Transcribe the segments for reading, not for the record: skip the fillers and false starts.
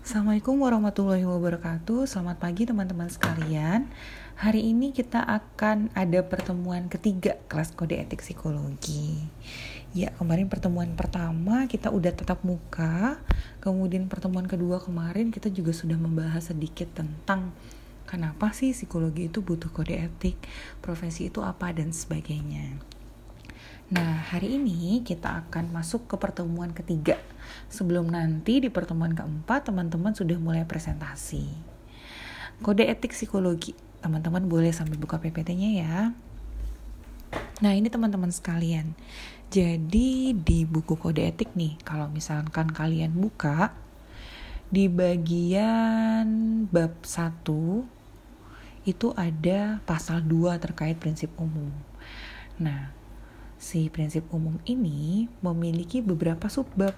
Assalamualaikum warahmatullahi wabarakatuh. Selamat pagi teman-teman sekalian. Hari ini kita akan ada pertemuan ketiga kelas kode etik psikologi. Ya, kemarin pertemuan pertama kita udah tatap muka. Kemudian pertemuan kedua kemarin kita juga sudah membahas sedikit tentang kenapa sih psikologi itu butuh kode etik, profesi itu apa, dan sebagainya. Nah, hari ini kita akan masuk ke pertemuan ketiga. Sebelum nanti di pertemuan keempat, teman-teman sudah mulai presentasi. Kode etik psikologi. Teman-teman boleh sambil buka PPT-nya ya. Nah, ini teman-teman sekalian. Jadi, di buku kode etik nih, kalau misalkan kalian buka, di bagian bab 1, itu ada pasal 2 terkait prinsip umum. Nah, si prinsip umum ini memiliki beberapa subbab.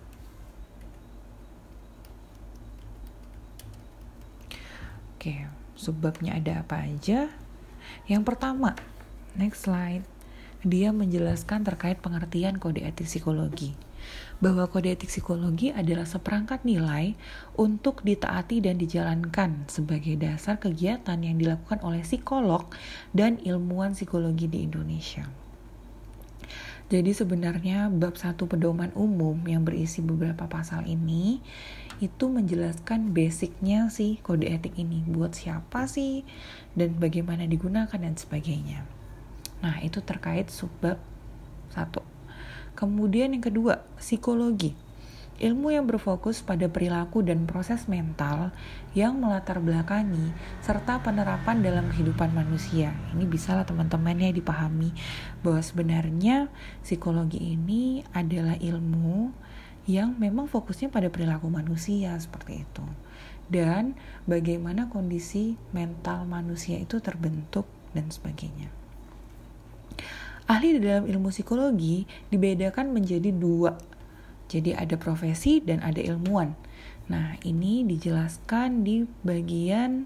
Oke, subbabnya ada apa aja? Yang pertama, next slide. Dia menjelaskan terkait pengertian kode etik psikologi. Bahwa kode etik psikologi adalah seperangkat nilai untuk ditaati dan dijalankan sebagai dasar kegiatan yang dilakukan oleh psikolog dan ilmuwan psikologi di Indonesia. Jadi sebenarnya bab 1 pedoman umum yang berisi beberapa pasal ini itu menjelaskan basicnya sih kode etik ini. Buat siapa sih dan bagaimana digunakan dan sebagainya. Nah, itu terkait subbab 1. Kemudian yang kedua, psikologi. Ilmu yang berfokus pada perilaku dan proses mental yang melatar belakangi serta penerapan dalam kehidupan manusia. Ini bisalah teman-teman ya dipahami bahwa sebenarnya psikologi ini adalah ilmu yang memang fokusnya pada perilaku manusia seperti itu. Dan bagaimana kondisi mental manusia itu terbentuk dan sebagainya. Ahli di dalam ilmu psikologi dibedakan menjadi 2. Jadi ada profesi dan ada ilmuwan. Nah, ini dijelaskan di bagian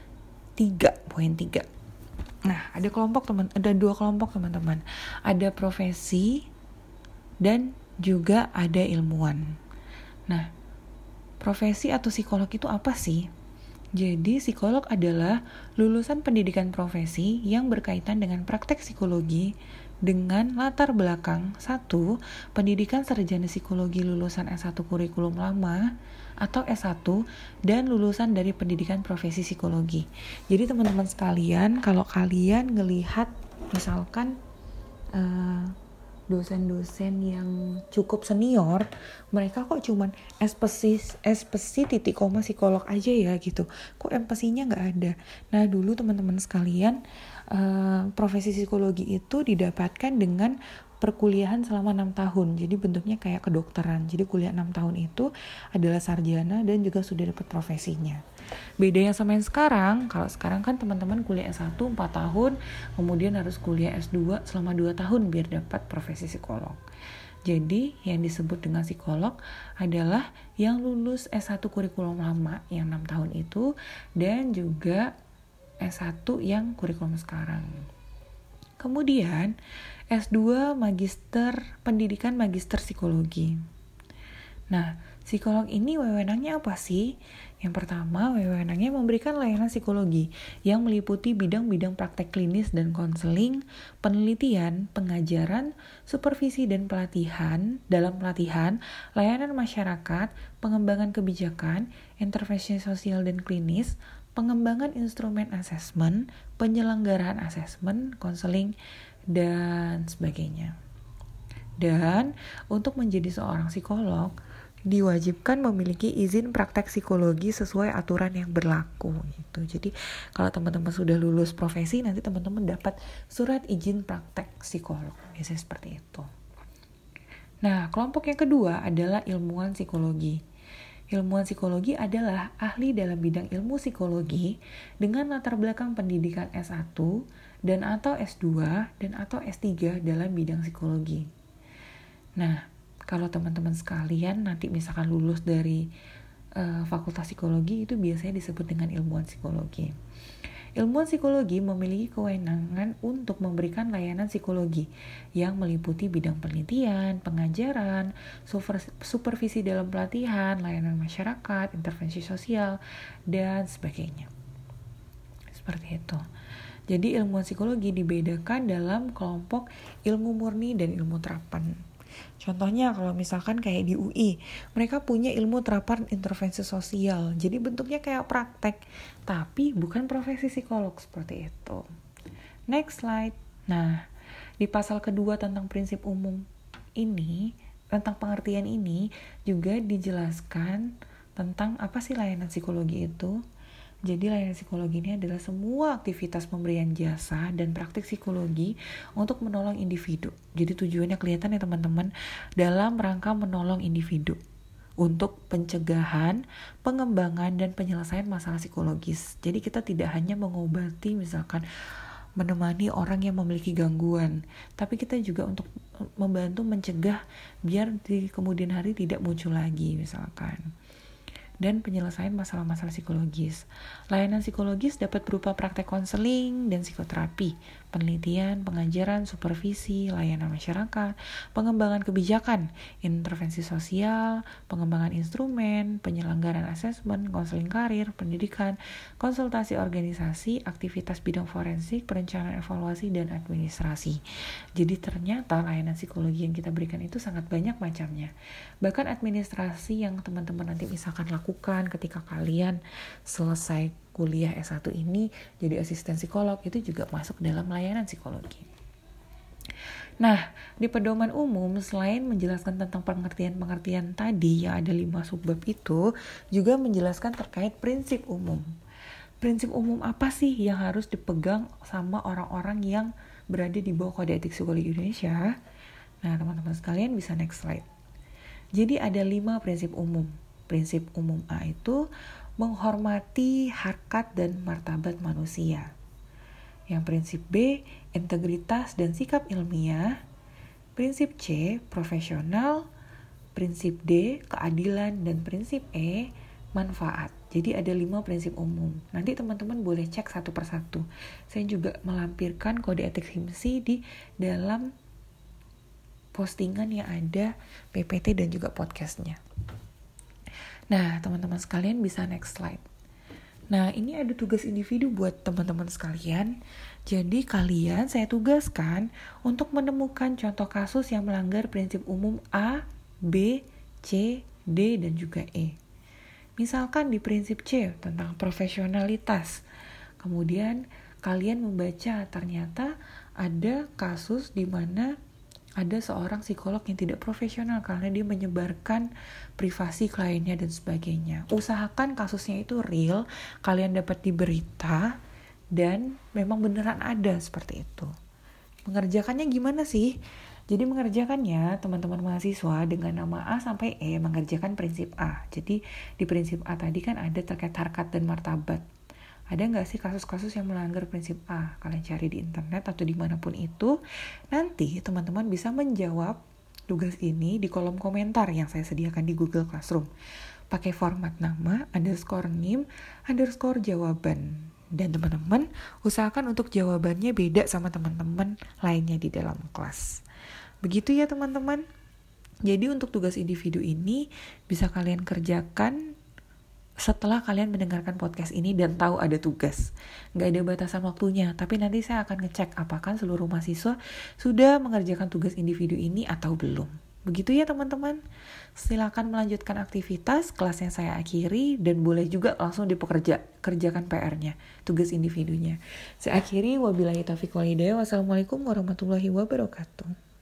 3.3. Nah, ada dua kelompok teman-teman. Ada profesi dan juga ada ilmuwan. Nah, profesi atau psikolog itu apa sih? Jadi, psikolog adalah lulusan pendidikan profesi yang berkaitan dengan praktek psikologi dengan latar belakang 1. Pendidikan sarjana psikologi lulusan S1 kurikulum lama atau S1 dan lulusan dari pendidikan profesi psikologi. Jadi teman-teman sekalian, kalau kalian ngelihat misalkan dosen-dosen yang cukup senior, mereka kok cuman spesi titik koma psikolog aja ya gitu. Kok empatinya nggak ada. Nah, dulu teman-teman sekalian, profesi psikologi itu didapatkan dengan perkuliahan selama 6 tahun. Jadi bentuknya kayak kedokteran. Jadi kuliah 6 tahun itu adalah sarjana dan juga sudah dapat profesinya. Bedanya sama yang sekarang, kalau sekarang kan teman-teman kuliah S1 4 tahun, kemudian harus kuliah S2 selama 2 tahun biar dapat profesi psikolog. Jadi yang disebut dengan psikolog adalah yang lulus S1 kurikulum lama yang 6 tahun itu dan juga S1 yang kurikulum sekarang. Kemudian S2 pendidikan magister psikologi. Nah, psikolog ini wewenangnya apa sih? Yang pertama, wewenangnya memberikan layanan psikologi yang meliputi bidang-bidang praktek klinis dan konseling, penelitian, pengajaran, supervisi dan pelatihan, layanan masyarakat, pengembangan kebijakan, intervensi sosial dan klinis, pengembangan instrumen asesmen, penyelenggaraan asesmen, konseling, dan sebagainya. Dan untuk menjadi seorang psikolog, diwajibkan memiliki izin praktek psikologi sesuai aturan yang berlaku gitu. Jadi kalau teman-teman sudah lulus profesi, nanti teman-teman dapat surat izin praktek psikolog. Biasanya seperti itu. Nah, kelompok yang kedua adalah ilmuwan psikologi. Ilmuwan psikologi adalah ahli dalam bidang ilmu psikologi dengan latar belakang pendidikan S1 dan atau S2 dan atau S3 dalam bidang psikologi. Nah, kalau teman-teman sekalian nanti misalkan lulus dari fakultas psikologi, itu biasanya disebut dengan ilmuwan psikologi. Ilmuwan psikologi memiliki kewenangan untuk memberikan layanan psikologi yang meliputi bidang penelitian, pengajaran, supervisi dalam pelatihan, layanan masyarakat, intervensi sosial, dan sebagainya. Seperti itu. Jadi ilmuwan psikologi dibedakan dalam kelompok ilmu murni dan ilmu terapan. Contohnya kalau misalkan kayak di UI, mereka punya ilmu terapan intervensi sosial. Jadi bentuknya kayak praktek, tapi bukan profesi psikolog seperti itu. Next slide. Nah, di pasal kedua tentang prinsip umum ini, tentang pengertian ini, juga dijelaskan tentang apa sih layanan psikologi itu. Jadi layanan psikologi ini adalah semua aktivitas pemberian jasa dan praktik psikologi untuk menolong individu. Jadi tujuannya kelihatan ya teman-teman, dalam rangka menolong individu untuk pencegahan, pengembangan, dan penyelesaian masalah psikologis. Jadi kita tidak hanya mengobati misalkan menemani orang yang memiliki gangguan, tapi kita juga untuk membantu mencegah biar di kemudian hari tidak muncul lagi misalkan. Dan penyelesaian masalah-masalah psikologis. Layanan psikologis dapat berupa praktek konseling dan psikoterapi, penelitian, pengajaran, supervisi, layanan masyarakat, pengembangan kebijakan, intervensi sosial, pengembangan instrumen, penyelenggaraan asesmen, konseling karir, pendidikan, konsultasi organisasi, aktivitas bidang forensik, perencanaan evaluasi, dan administrasi. Jadi ternyata layanan psikologi yang kita berikan itu sangat banyak macamnya. Bahkan administrasi yang teman-teman nanti misalkan lakukan ketika kalian selesai kuliah S1 ini jadi asisten psikolog, itu juga masuk dalam layanan psikologi. Nah, di pedoman umum selain menjelaskan tentang pengertian-pengertian tadi yang ada 5 subbab itu, juga menjelaskan terkait prinsip umum. Prinsip umum apa sih yang harus dipegang sama orang-orang yang berada di bawah Kode Etik Psikologi Indonesia? Nah, teman-teman sekalian bisa next slide. Jadi ada 5 prinsip umum. Prinsip umum A itu menghormati harkat dan martabat manusia. Yang prinsip B, integritas dan sikap ilmiah. Prinsip C, profesional. Prinsip D, keadilan. Dan prinsip E, manfaat. Jadi ada 5 prinsip umum. Nanti teman-teman boleh cek satu persatu. Saya juga melampirkan kode etik HIMSI di dalam postingan yang ada PPT dan juga podcastnya. Nah, teman-teman sekalian bisa next slide. Nah, ini ada tugas individu buat teman-teman sekalian. Jadi kalian saya tugaskan untuk menemukan contoh kasus yang melanggar prinsip umum A, B, C, D, dan juga E. Misalkan di prinsip C tentang profesionalitas. Kemudian kalian membaca ternyata ada kasus di mana ada seorang psikolog yang tidak profesional karena dia menyebarkan privasi kliennya dan sebagainya. Usahakan kasusnya itu real, kalian dapat di berita, dan memang beneran ada seperti itu. Mengerjakannya gimana sih? Jadi mengerjakannya teman-teman mahasiswa dengan nama A sampai E mengerjakan prinsip A. Jadi di prinsip A tadi kan ada terkait harkat dan martabat. Ada nggak sih kasus-kasus yang melanggar prinsip A? Kalian cari di internet atau dimanapun itu. Nanti teman-teman bisa menjawab tugas ini di kolom komentar yang saya sediakan di Google Classroom. Pakai format nama, _NIM, _jawaban. Dan teman-teman usahakan untuk jawabannya beda sama teman-teman lainnya di dalam kelas. Begitu ya teman-teman. Jadi untuk tugas individu ini bisa kalian kerjakan setelah kalian mendengarkan podcast ini dan tahu ada tugas. Nggak ada batasan waktunya, tapi nanti saya akan ngecek apakah seluruh mahasiswa sudah mengerjakan tugas individu ini atau belum. Begitu ya teman-teman. Silakan melanjutkan aktivitas, kelasnya saya akhiri, dan boleh juga langsung kerjakan PR-nya, tugas individunya. Saya akhiri, wabillahi taufiq wal hidayah. Wassalamualaikum warahmatullahi wabarakatuh.